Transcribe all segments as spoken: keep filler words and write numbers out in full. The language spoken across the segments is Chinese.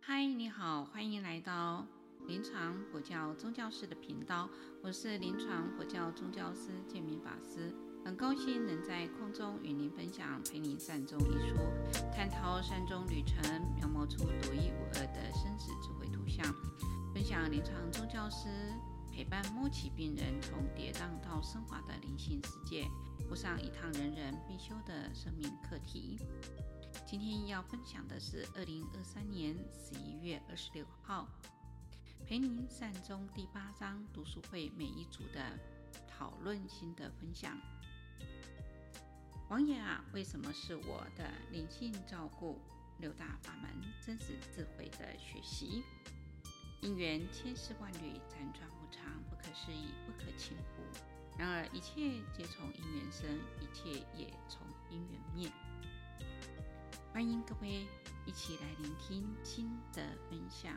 嗨，你好，欢迎来到临床佛教宗教师的频道，我是临床佛教宗教师建明法师，很高兴能在空中与您分享《陪你善终》一书，探讨善终旅程，描摹出独一无二的生死智慧图像，分享临床宗教师陪伴末期病人从跌宕到升华的灵性世界，步上一趟人人必修的生命课题。今天要分享的是二零二三年十一月二十六号陪您善终第八章读书会每一组的讨论心得分享。王爷啊，为什么是我的灵性照顾六大法门真实智慧的学习？因缘千丝万缕，辗转无常，不可思议，不可轻忽。然而一切皆从因缘生，一切也从因缘灭。欢迎各位一起来聆听新的分享。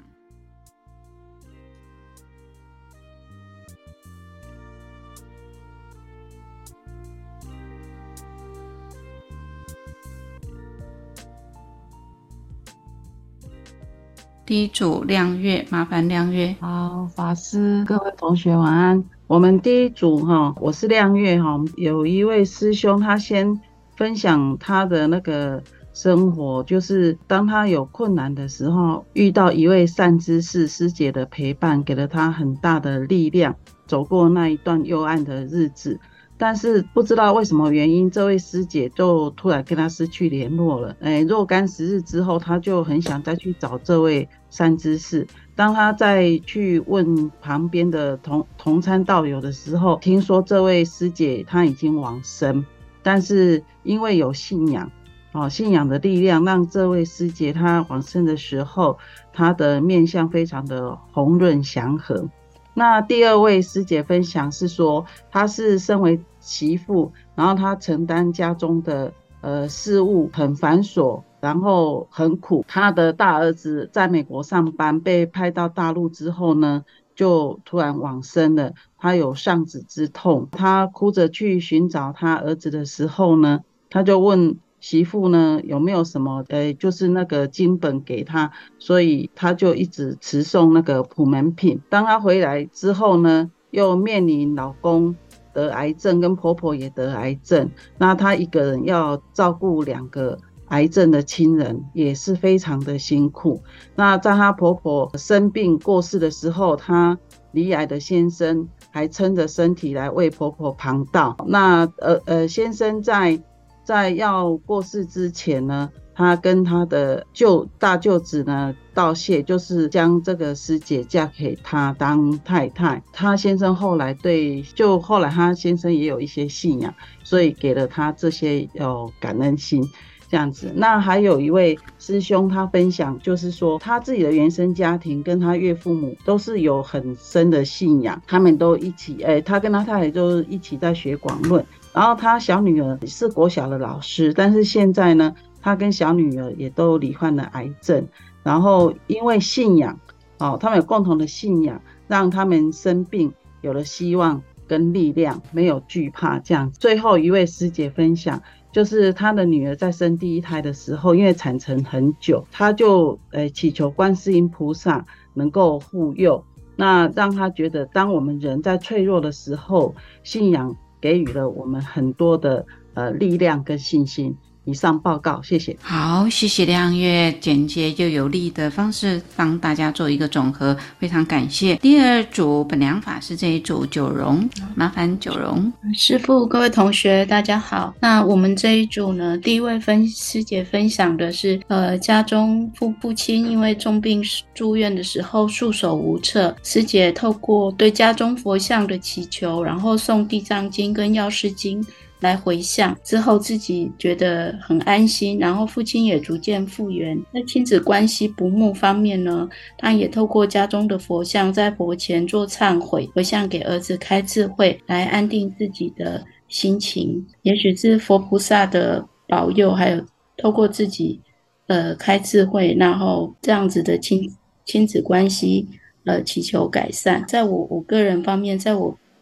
第一组亮月，麻烦亮月。 好，法师，各位同学晚安。我们第一组哈，我是亮月哈，有一位师兄他先分享他的那个生活，就是当他有困难的时候，遇到一位善知识师姐的陪伴，给了他很大的力量，走过那一段幽暗的日子。但是不知道为什么原因，这位师姐就突然跟他失去联络了。哎，若干时日之后，他就很想再去找这位善知识。当他再去问旁边的同同参道友的时候，听说这位师姐她已经往生，但是因为有信仰。哦，信仰的力量让这位师姐她往生的时候，她的面相非常的红润祥和。那第二位师姐分享是说，她是身为媳妇，然后她承担家中的呃事务很繁琐，然后很苦。她的大儿子在美国上班，被派到大陆之后呢，就突然往生了。她有丧子之痛，她哭着去寻找她儿子的时候呢，她就问媳妇呢有没有什么呃，就是那个经本给他，所以他就一直持诵那个普门品。当他回来之后呢，又面临老公得癌症，跟婆婆也得癌症，那他一个人要照顾两个癌症的亲人，也是非常的辛苦。那在他婆婆生病过世的时候，他罹癌的先生还撑着身体来为婆婆旁道。那呃呃，先生在在要过世之前呢，他跟他的舅大舅子呢道谢，就是将这个师姐嫁给他当太太。他先生后来对，就后来他先生也有一些信仰，所以给了他这些有感恩心这样子。那还有一位师兄他分享，就是说他自己的原生家庭跟他岳父母都是有很深的信仰，他们都一起，哎，他跟他太太就一起在学广论。然后他小女儿是国小的老师，但是现在呢，他跟小女儿也都罹患了癌症。然后因为信仰，哦，他们有共同的信仰，让他们生病有了希望跟力量，没有惧怕这样。最后一位师姐分享，就是她的女儿在生第一胎的时候，因为产程很久，她就呃祈求观世音菩萨能够护佑，那让她觉得，当我们人在脆弱的时候，信仰给予了我们很多的呃力量跟信心。以上报告，谢谢。 好，谢谢亮月简洁又有力的方式帮大家做一个总和，非常感谢。第二组本良法师这一组九荣，麻烦九荣。 师父，各位同学大家好。那我们这一组呢，第一位分师姐分享的是呃家中父父亲因为重病住院的时候束手无策，师姐透过对家中佛像的祈求，然后诵地藏经跟药师经来回向之后，自己觉得很安心，然后父亲也逐渐复原。在亲子关系不睦方面呢，他也透过家中的佛像在佛前做忏悔，回向给儿子开智慧，来安定自己的心情。也许是佛菩萨的保佑，还有透过自己呃开智慧，然后这样子的亲亲子关系呃祈求改善。在我我个人方面，在我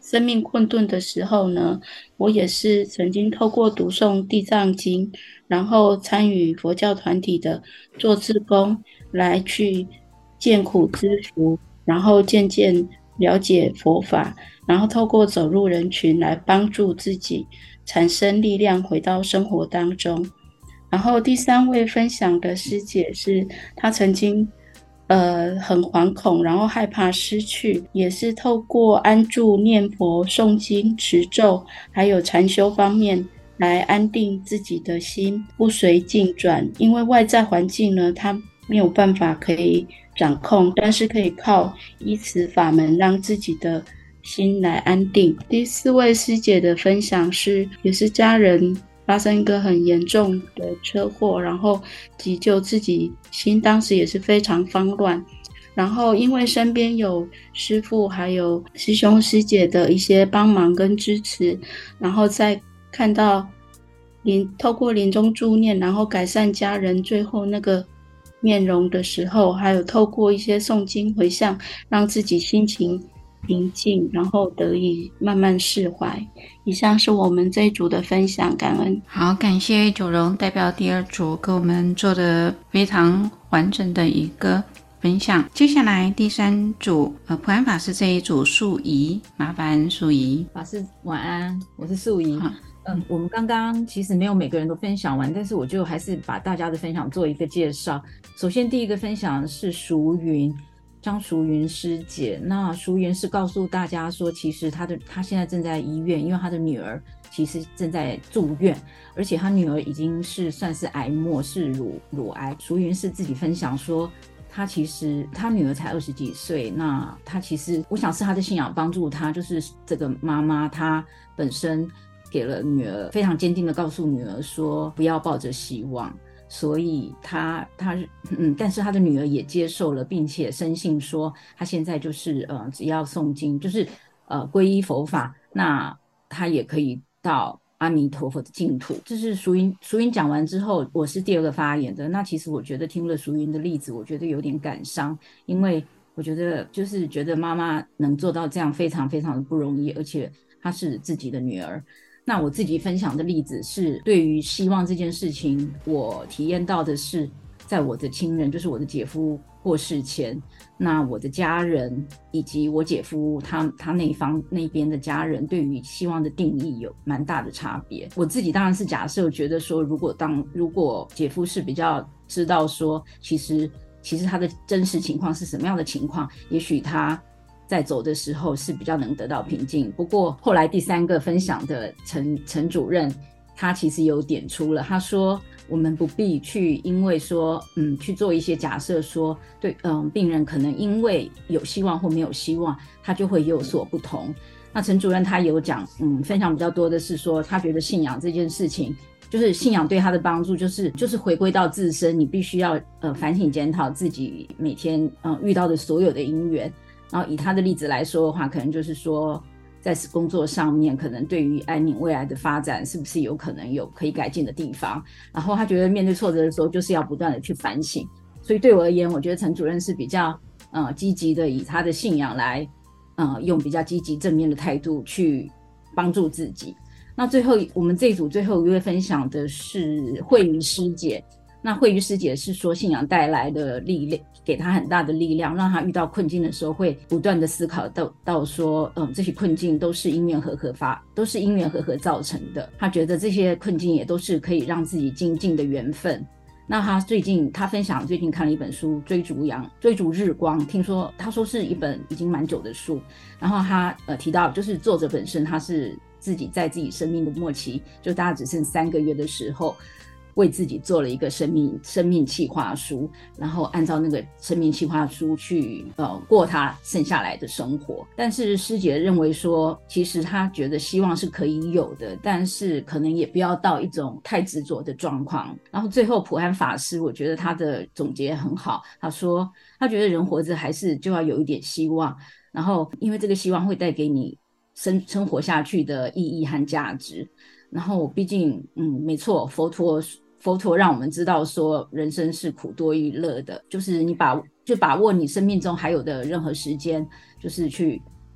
生命困顿的时候呢，我也是曾经透过读诵地藏经，然后参与佛教团体的做志工，来去见苦知福，然后渐渐了解佛法，然后透过走入人群来帮助自己产生力量，回到生活当中。然后第三位分享的师姐是她曾经呃很惶恐，然后害怕失去，也是透过安住、念佛、诵经、持咒还有禅修方面来安定自己的心，不随境转。因为外在环境呢，它没有办法可以掌控，但是可以靠依此法门让自己的心来安定。第四位师姐的分享是，也是家人发生一个很严重的车祸，然后急救，自己心当时也是非常慌乱，然后因为身边有师父还有师兄师姐的一些帮忙跟支持，然后再看到临透过临终助念，然后改善家人最后那个面容的时候，还有透过一些诵经回向，让自己心情平静，然后得以慢慢释怀。以上是我们这一组的分享，感恩。 好，感谢九荣代表第二组给我们做的非常完整的一个分享。接下来第三组呃普安法师这一组素仪，麻烦素仪。 法师晚安，我是素仪。嗯，我们刚刚其实没有每个人都分享完，但是我就还是把大家的分享做一个介绍。首先第一个分享是淑云，张淑云师姐。那淑云是告诉大家说，其实她的她现在正在医院，因为她的女儿其实正在住院，而且她女儿已经是算是癌末，是乳乳癌。淑云是自己分享说，她其实她女儿才二十几岁，那她其实我想是她的信仰帮助她，就是这个妈妈她本身给了女儿非常坚定的告诉女儿说不要抱着希望，所以她她嗯，但是她的女儿也接受了，并且深信说她现在就是呃只要诵经，就是呃皈依佛法，那她也可以到阿弥陀佛的净土。这是淑云淑云讲完之后，我是第二个发言的。那其实我觉得听了淑云的例子，我觉得有点感伤，因为我觉得就是觉得妈妈能做到这样非常非常的不容易，而且她是自己的女儿。那我自己分享的例子是，对于希望这件事情，我体验到的是，在我的亲人，就是我的姐夫过世前，那我的家人以及我姐夫他他那一方那边的家人，对于希望的定义有蛮大的差别。我自己当然是假设觉得说，如果当如果姐夫是比较知道说，其实其实他的真实情况是什么样的情况，也许他在走的时候是比较能得到平静。不过后来第三个分享的陈陈主任，他其实有点出了，他说我们不必去因为说嗯去做一些假设说对嗯病人可能因为有希望或没有希望，他就会有所不同。那陈主任他有讲嗯分享比较多的是说，他觉得信仰这件事情，就是信仰对他的帮助就是就是回归到自身，你必须要呃反省检讨自己每天呃遇到的所有的因缘。然后以他的例子来说的话，可能就是说在工作上面，可能对于安宁未来的发展是不是有可能有可以改进的地方，然后他觉得面对挫折的时候就是要不断的去反省。所以对我而言，我觉得陈主任是比较呃积极的，以他的信仰来呃用比较积极正面的态度去帮助自己。那最后我们这一组最后一位分享的是慧瑜师姐。那慧瑜师姐是说，信仰带来的力量给她很大的力量，让她遇到困境的时候会不断的思考到到说嗯，这些困境都是因缘和合发都是因缘和合造成的。她觉得这些困境也都是可以让自己精进的缘分。那她最近她分享最近看了一本书，追逐阳追逐日光，听说她说是一本已经蛮久的书。然后她呃提到就是作者本身他是自己在自己生命的末期，就大概只剩三个月的时候，为自己做了一个生命生命计划书，然后按照那个生命计划书去呃过他剩下来的生活。但是师姐认为说，其实她觉得希望是可以有的，但是可能也不要到一种太执着的状况。然后最后普安法师，我觉得他的总结很好，他说他觉得人活着还是就要有一点希望，然后因为这个希望会带给你生生活下去的意义和价值。然后毕竟嗯，没错，佛陀佛陀让我们知道说人生是苦多于乐的，就是你把就把握你生命中还有的任何时间，就是去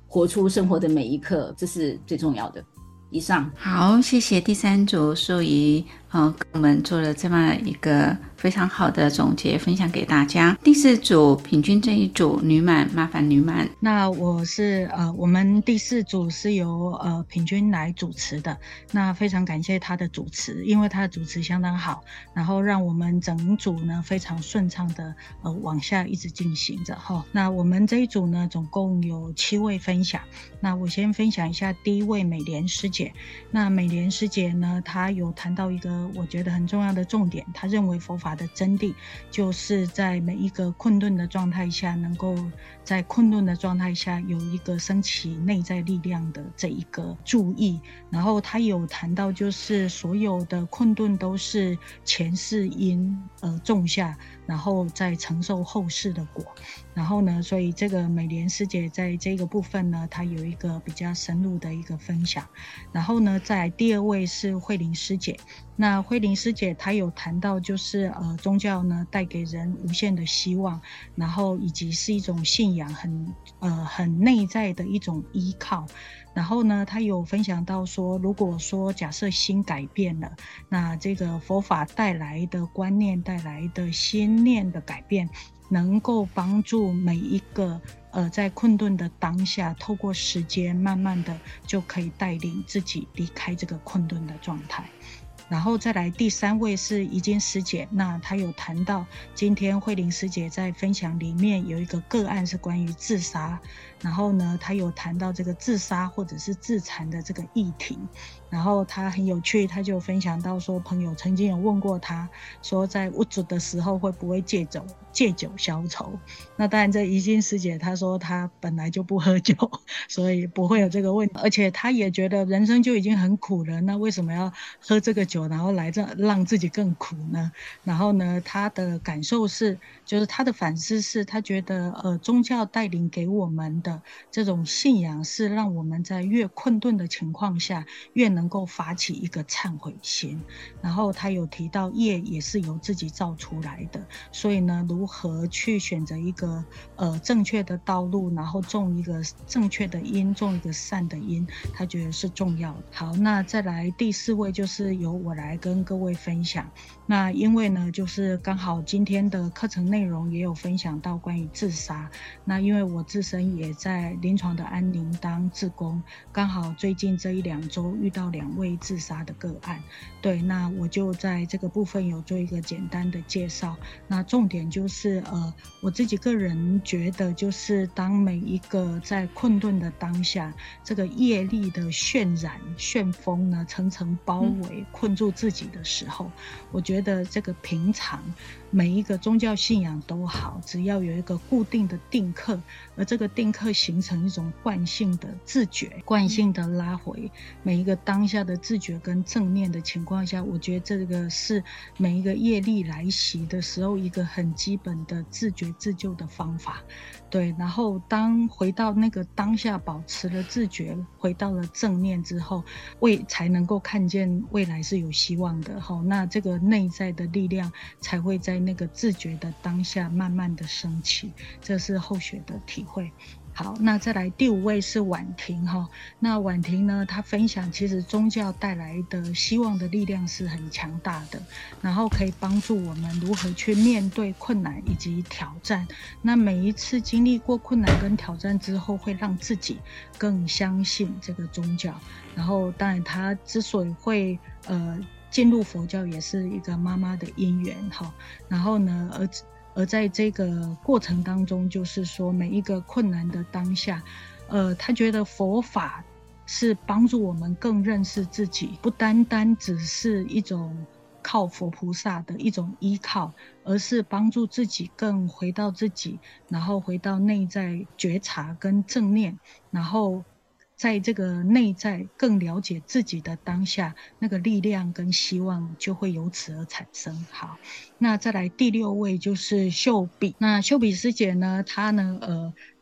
活出生活的每一刻，这是最重要的。以上。 好，谢谢第三组素怡呃，跟我们做了这么一个非常好的总结分享给大家。第四组平均这一组女满，麻烦女满。 那我是呃，我们第四组是由呃平均来主持的，那非常感谢他的主持，因为他的主持相当好，然后让我们整组呢非常顺畅的呃往下一直进行着哈。那我们这一组呢总共有七位分享，那我先分享一下第一位美莲师姐。那美莲师姐呢，她有谈到一个我觉得很重要的重点，她认为佛法的真谛就是在每一个困顿的状态下，能够在困顿的状态下有一个升起内在力量的这一个注意。然后她有谈到就是所有的困顿都是前世因而种下，然后再承受后世的果。然后呢，所以这个美莲师姐在这个部分呢，她有一个比较深入的一个分享。然后呢，在第二位是慧玲师姐。那慧玲师姐她有谈到就是呃宗教呢带给人无限的希望，然后以及是一种信仰很呃很内在的一种依靠。然后呢，她有分享到说，如果说假设心改变了，那这个佛法带来的观念带来的心念的改变，能够帮助每一个呃在困顿的当下，透过时间慢慢的就可以带领自己离开这个困顿的状态。然后再来第三位是怡金师姐，那她有谈到今天慧玲师姐在分享里面有一个个案是关于自杀，然后呢她有谈到这个自杀或者是自残的这个议题。然后她很有趣，她就分享到说，朋友曾经有问过她说，在无助的时候会不会戒酒借酒消愁。那当然这怡金师姐她说她本来就不喝酒，所以不会有这个问题，而且她也觉得人生就已经很苦了，那为什么要喝这个酒然后来这让自己更苦呢？然后呢，她的感受是就是她的反思是她觉得呃宗教带领给我们的这种信仰是让我们在越困顿的情况下越能够发起一个忏悔心。然后她有提到业也是由自己造出来的，所以呢如何去选择一个呃正确的道路，然后种一个正确的因，种一个善的因，她觉得是重要的。好，那再来第四位就是由我来跟各位分享。那因为呢就是刚好今天的课程内容也有分享到关于自杀，那因为我自身也在临床的安宁当志工，刚好最近这一两周遇到两位自杀的个案，对，那我就在这个部分有做一个简单的介绍。那重点就是呃我自己个人觉得就是当每一个在困顿的当下，这个业力的渲染旋风呢层层包围困住自己的时候，我觉得这个平常每一个宗教信仰都好，只要有一个固定的定课，而这个定课形成一种惯性的自觉，惯性的拉回每一个当下的自觉跟正念的情况下，我觉得这个是每一个业力来袭的时候一个很基本的自觉自救的方法。对，然后当回到那个当下保持了自觉，回到了正念之后，未才能够看见未来是有希望的。好，那这个内在的力量才会在那个自觉的当下慢慢的升起，这是后学的体会。好，那再来第五位是婉婷哈。那婉婷呢，她分享其实宗教带来的希望的力量是很强大的，然后可以帮助我们如何去面对困难以及挑战。那每一次经历过困难跟挑战之后，会让自己更相信这个宗教。然后当然她之所以会呃进入佛教，也是一个妈妈的因缘哈。然后呢，而而在这个过程当中，就是说每一个困难的当下，呃，他觉得佛法是帮助我们更认识自己，不单单只是一种靠佛菩萨的一种依靠，而是帮助自己更回到自己，然后回到内在觉察跟正念，然后在这个内在更了解自己的当下，那个力量跟希望就会由此而产生。好，那再来第六位就是秀比。那秀比师姐呢，她呢呃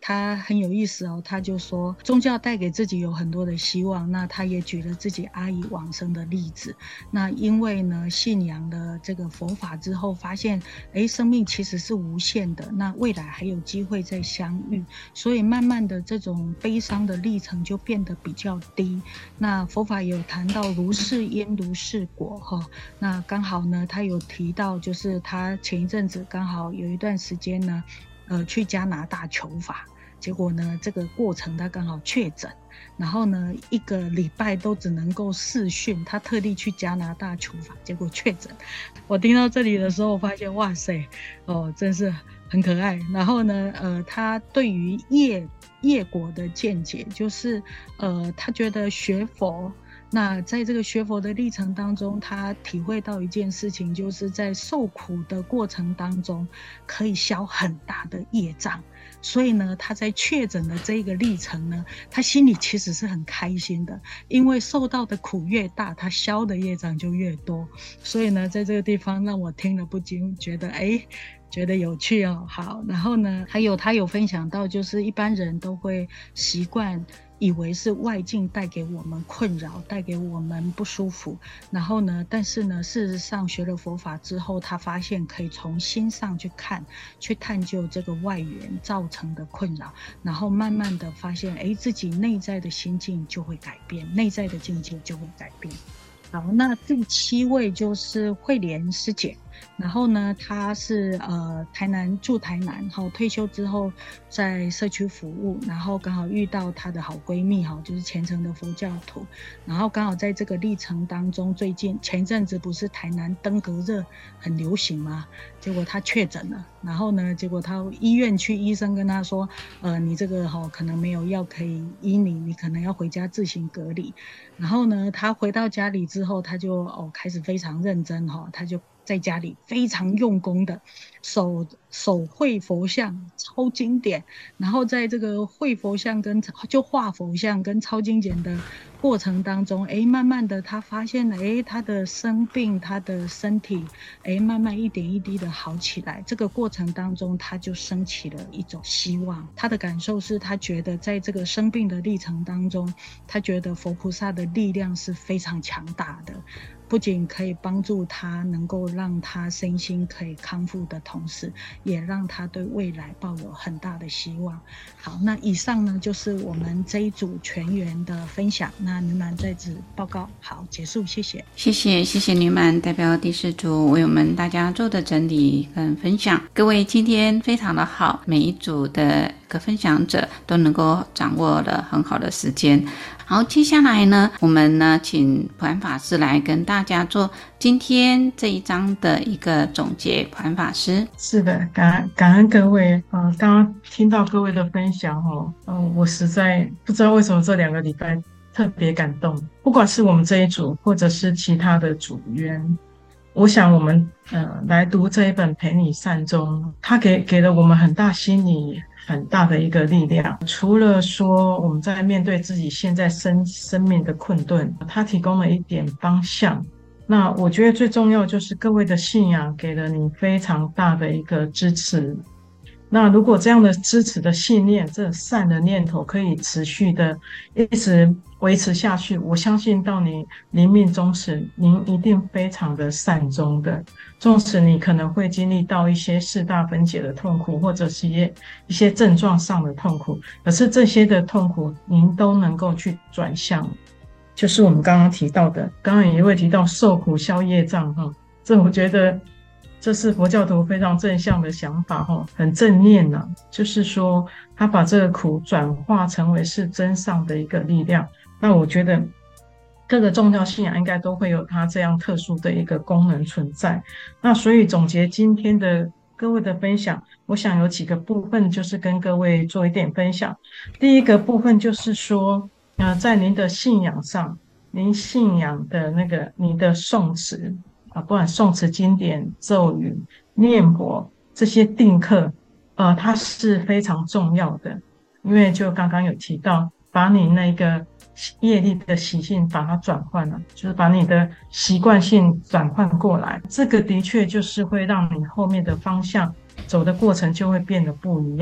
他很有意思哦，他就说宗教带给自己有很多的希望，那他也举了自己阿姨往生的例子。那因为呢信仰了这个佛法之后，发现诶生命其实是无限的，那未来还有机会再相遇，所以慢慢的这种悲伤的历程就变得比较低。那佛法也有谈到如是因如是果哈、哦，那刚好呢他有提到，就是他前一阵子刚好有一段时间呢呃去加拿大求法，结果呢这个过程他刚好确诊，然后呢一个礼拜都只能够视讯，他特地去加拿大求法，结果确诊。我听到这里的时候发现哇塞哦真是很可爱。然后呢呃他对于业业果的见解就是呃他觉得学佛，那在这个学佛的历程当中，他体会到一件事情，就是在受苦的过程当中可以消很大的业障，所以呢他在确诊的这个历程呢，他心里其实是很开心的，因为受到的苦越大，他消的业障就越多。所以呢在这个地方让我听了不禁觉得哎觉得有趣哦。好，然后呢还有他有分享到，就是一般人都会习惯以为是外境带给我们困扰，带给我们不舒服，然后呢但是呢事实上学了佛法之后，他发现可以从心上去看，去探究这个外缘造成的困扰，然后慢慢的发现哎自己内在的心境就会改变，内在的境界就会改变。好，那第七位就是慧莲师姐，然后呢她是呃台南住台南，好退休之后在社区服务，然后刚好遇到她的好闺蜜哈，就是虔诚的佛教徒，然后刚好在这个历程当中，最近前一阵子不是台南登革热很流行吗？结果她确诊了，然后呢结果她医院去，医生跟她说呃你这个哈可能没有药可以医你，你可能要回家自行隔离。然后呢她回到家里之后，她就哦开始非常认真哈，她就在家里非常用功的手手绘佛像，超经典。然后在这个绘佛像跟就画佛像跟超经典的过程当中，哎，慢慢的他发现了，哎，他的生病，他的身体，哎，慢慢一点一滴的好起来。这个过程当中，他就升起了一种希望。他的感受是他觉得在这个生病的历程当中，他觉得佛菩萨的力量是非常强大的。不仅可以帮助他能够让他身心可以康复的同时，也让他对未来抱有很大的希望。好，那以上呢就是我们这一组全员的分享，那女满在此报告。好，结束，谢谢。 谢谢谢谢女满代表第四组为我们大家做的整理跟分享。各位今天非常的好，每一组的个分享者都能够掌握了很好的时间。好，接下来呢我们呢请普安法师来跟大家做今天这一章的一个总结。普安法师。 是的，感恩感恩各位呃，刚刚听到各位的分享哦，呃，我实在不知道为什么这两个礼拜特别感动，不管是我们这一组或者是其他的组员，我想我们呃来读这一本陪你善终，它给给了我们很大心理很大的一个力量。除了说我们在面对自己现在生生命的困顿，它提供了一点方向。那我觉得最重要就是各位的信仰给了你非常大的一个支持。那如果这样的支持的信念，这善的念头可以持续的一直维持下去，我相信到你临命终时，您一定非常的善终的。纵使你可能会经历到一些四大分解的痛苦，或者是一些一些症状上的痛苦，可是这些的痛苦您都能够去转向，就是我们刚刚提到的，刚刚也会提到受苦消业障哈，这我觉得这是佛教徒非常正向的想法哈，很正念呐、啊，就是说他把这个苦转化成为是真上的一个力量。那我觉得各个宗教信仰应该都会有它这样特殊的一个功能存在。那所以总结今天的各位的分享，我想有几个部分就是跟各位做一点分享。第一个部分就是说呃，在您的信仰上，您信仰的那个你的诵持啊，不管诵持经典、咒语、念佛这些定课，呃，它是非常重要的。因为就刚刚有提到，把你那个业力的习性把它转换了，就是把你的习惯性转换过来，这个的确就是会让你后面的方向走的过程就会变得不一样。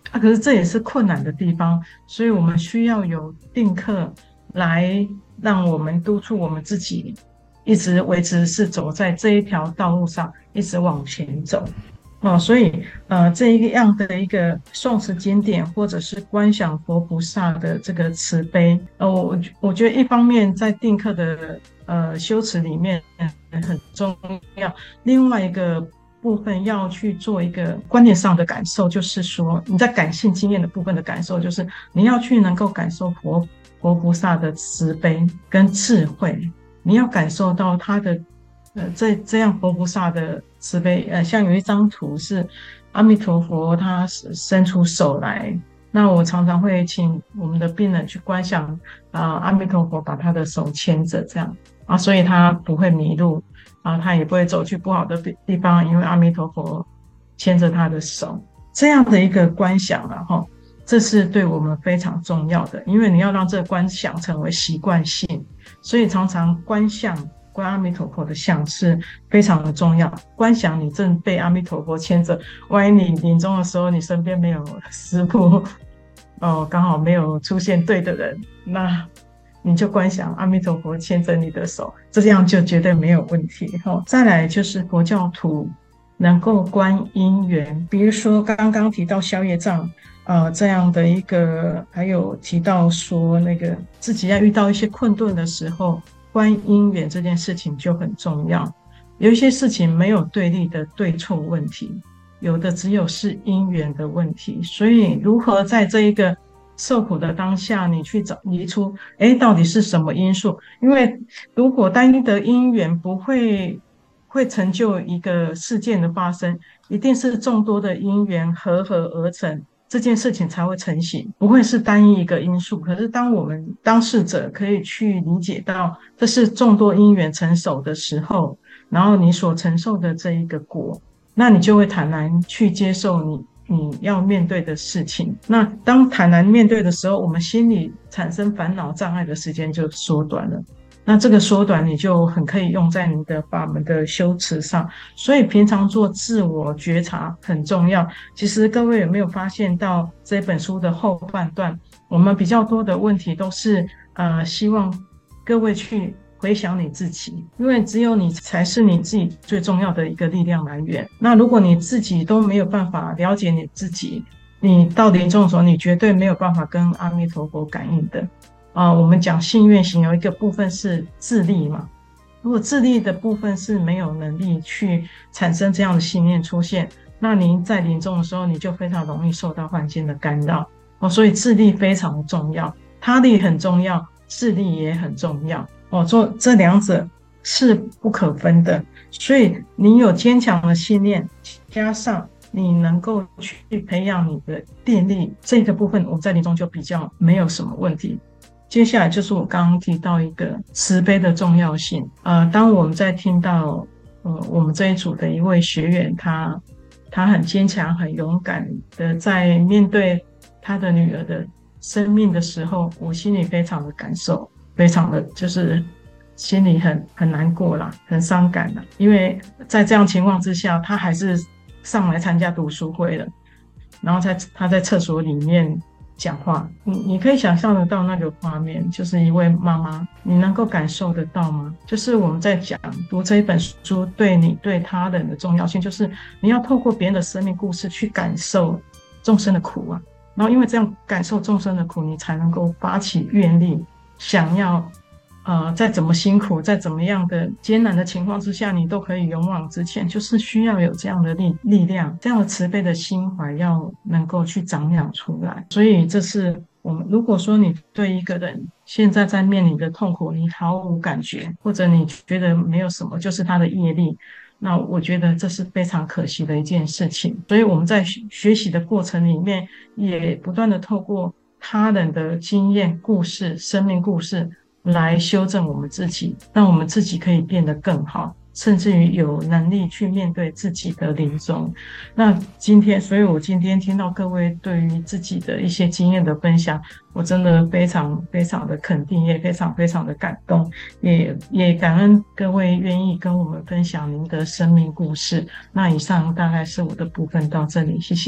啊，可是这也是困难的地方，所以我们需要有定课来让我们督促我们自己，一直维持是走在这一条道路上，一直往前走。哦，所以呃，这一样的一个诵持经典，或者是观想佛菩萨的这个慈悲，呃，我我觉得一方面在定课的呃修持里面很重要，另外一个部分要去做一个观念上的感受，就是说你在感性经验的部分的感受，就是你要去能够感受佛佛菩萨的慈悲跟智慧，你要感受到他的。呃，这这样佛菩萨的慈悲，呃，像有一张图是阿弥陀佛，他伸出手来，那我常常会请我们的病人去观想啊、呃，阿弥陀佛把他的手牵着，这样啊，所以他不会迷路啊，他也不会走去不好的地方，因为阿弥陀佛牵着他的手，这样的一个观想啊，哈，这是对我们非常重要的，因为你要让这个观想成为习惯性，所以常常观想。观阿弥陀佛的像是非常的重要。观想你正被阿弥陀佛牵着，万一你临终的时候，你身边没有师父，哦，刚好没有出现对的人，那你就观想阿弥陀佛牵着你的手，这样就绝对没有问题。哦，再来就是佛教徒能够观因缘，比如说刚刚提到消业障。呃，这样的一个，还有提到说那个自己要遇到一些困顿的时候。观因缘这件事情就很重要，有一些事情没有对立的对错问题，有的只有是因缘的问题，所以如何在这一个受苦的当下，你去找理出，诶，到底是什么因素？因为如果单一的因缘不会会成就一个事件的发生，一定是众多的因缘合合而成。这件事情才会成型，不会是单一一个因素。可是当我们当事者可以去理解到这是众多因缘成熟的时候，然后你所承受的这一个果，那你就会坦然去接受你你要面对的事情。那当坦然面对的时候，我们心里产生烦恼障碍的时间就缩短了。那这个缩短你就很可以用在你的法门的修持上，所以平常做自我觉察很重要。其实各位有没有发现到这本书的后半段，我们比较多的问题都是呃，希望各位去回想你自己，因为只有你才是你自己最重要的一个力量来源。那如果你自己都没有办法了解你自己，你到临终的时候，你绝对没有办法跟阿弥陀佛感应的。啊、呃，我们讲信愿行有一个部分是自力嘛，如果自力的部分是没有能力去产生这样的信念出现，那您在临终的时候，你就非常容易受到环境的干扰哦。所以自力非常重要，他力很重要，自力也很重要哦。做这两者是不可分的，所以你有坚强的信念，加上你能够去培养你的定力，这个部分我们在临终就比较没有什么问题。接下来就是我刚刚提到一个慈悲的重要性。呃，当我们在听到呃我们这一组的一位学员，他他很坚强、很勇敢的在面对他的女儿的生命的时候，我心里非常的感受，非常的就是心里很很难过啦，很伤感啦。因为在这样情况之下，他还是上来参加读书会了，然后在他在厕所里面讲话，你你可以想象得到那个画面，就是一位妈妈，你能够感受得到吗？就是我们在讲读这一本书对你对他人的重要性，就是你要透过别人的生命故事去感受众生的苦啊，然后因为这样感受众生的苦，你才能够发起愿力，想要呃，再怎么辛苦，在怎么样的艰难的情况之下，你都可以勇往直前，就是需要有这样的力力量，这样的慈悲的心怀要能够去长养出来。所以这是我们，如果说你对一个人现在在面临的痛苦，你毫无感觉，或者你觉得没有什么，就是他的业力，那我觉得这是非常可惜的一件事情。所以我们在学习的过程里面，也不断的透过他人的经验、故事、生命故事来修正我们自己，让我们自己可以变得更好，甚至于有能力去面对自己的临终。那今天，所以我今天听到各位对于自己的一些经验的分享，我真的非常非常的肯定，也非常非常的感动，也也感恩各位愿意跟我们分享您的生命故事。那以上大概是我的部分到这里，谢谢。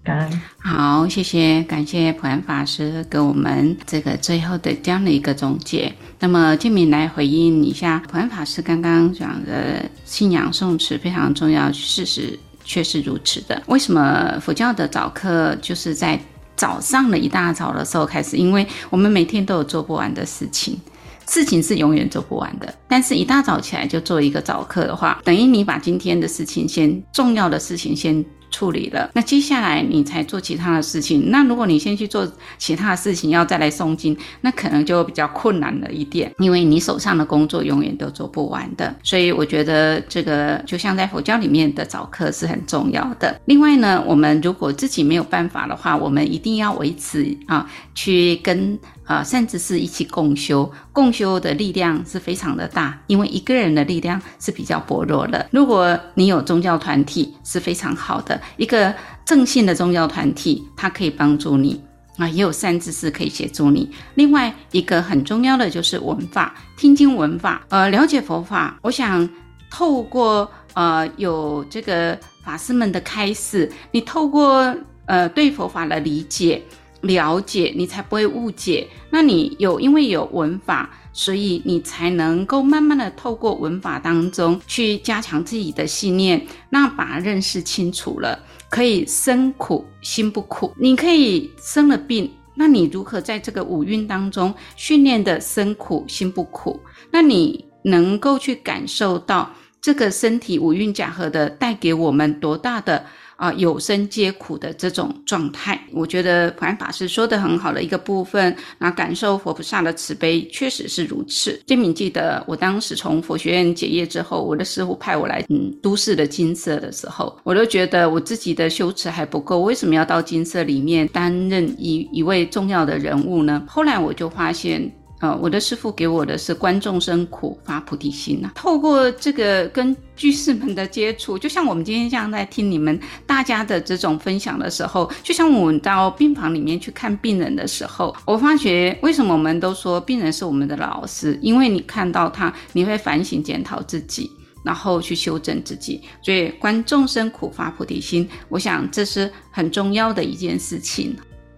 感恩。 好，谢谢，感谢普安法师给我们这个最后的这样的一个总结。那么建明来回应一下普安法师刚刚讲的信仰诵持非常重要，事实确是如此的。为什么佛教的早课就是在早上的一大早的时候开始？因为我们每天都有做不完的事情，事情是永远做不完的，但是一大早起来就做一个早课的话，等于你把今天的事情先重要的事情先处理了，那接下来你才做其他的事情。那如果你先去做其他的事情要再来诵经，那可能就比较困难了一点，因为你手上的工作永远都做不完的。所以我觉得这个就像在佛教里面的早课是很重要的。另外呢，我们如果自己没有办法的话，我们一定要维持啊，去跟呃，善知识一起共修，共修的力量是非常的大，因为一个人的力量是比较薄弱的。如果你有宗教团体是非常好的，一个正信的宗教团体，它可以帮助你啊，也有善知识可以协助你。另外一个很重要的就是闻法，听经闻法，呃，了解佛法。我想透过呃有这个法师们的开示，你透过呃对佛法的理解。了解，你才不会误解。那你有因为有闻法，所以你才能够慢慢的透过闻法当中去加强自己的信念，那把它认识清楚了，可以身苦心不苦。你可以生了病，那你如何在这个五蕴当中训练的身苦心不苦？那你能够去感受到这个身体五蕴假合的带给我们多大的啊、呃，有生皆苦的这种状态。我觉得普安法师说的很好的一个部分，那感受佛菩萨的慈悲确实是如此。建明记得我当时从佛学院结业之后，我的师父派我来嗯都市的金色的时候，我都觉得我自己的修持还不够，为什么要到金色里面担任一一位重要的人物呢？后来我就发现呃，我的师父给我的是观众生苦发菩提心啊。透过这个跟居士们的接触，就像我们今天这样在听你们大家的这种分享的时候，就像我们到病房里面去看病人的时候，我发觉为什么我们都说病人是我们的老师，因为你看到他，你会反省检讨自己，然后去修正自己。所以观众生苦发菩提心，我想这是很重要的一件事情。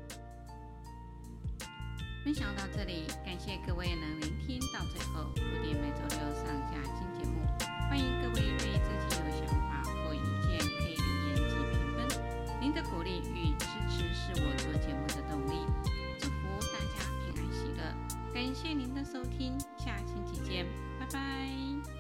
分享到这里，感谢各位能聆听到最后。固定每周六上架新节目，欢迎各位对这期有想法或意见可以留言及评分。您的鼓励与支持是我做节目的动力。祝福大家平安喜乐，感谢您的收听，下星期见，拜拜。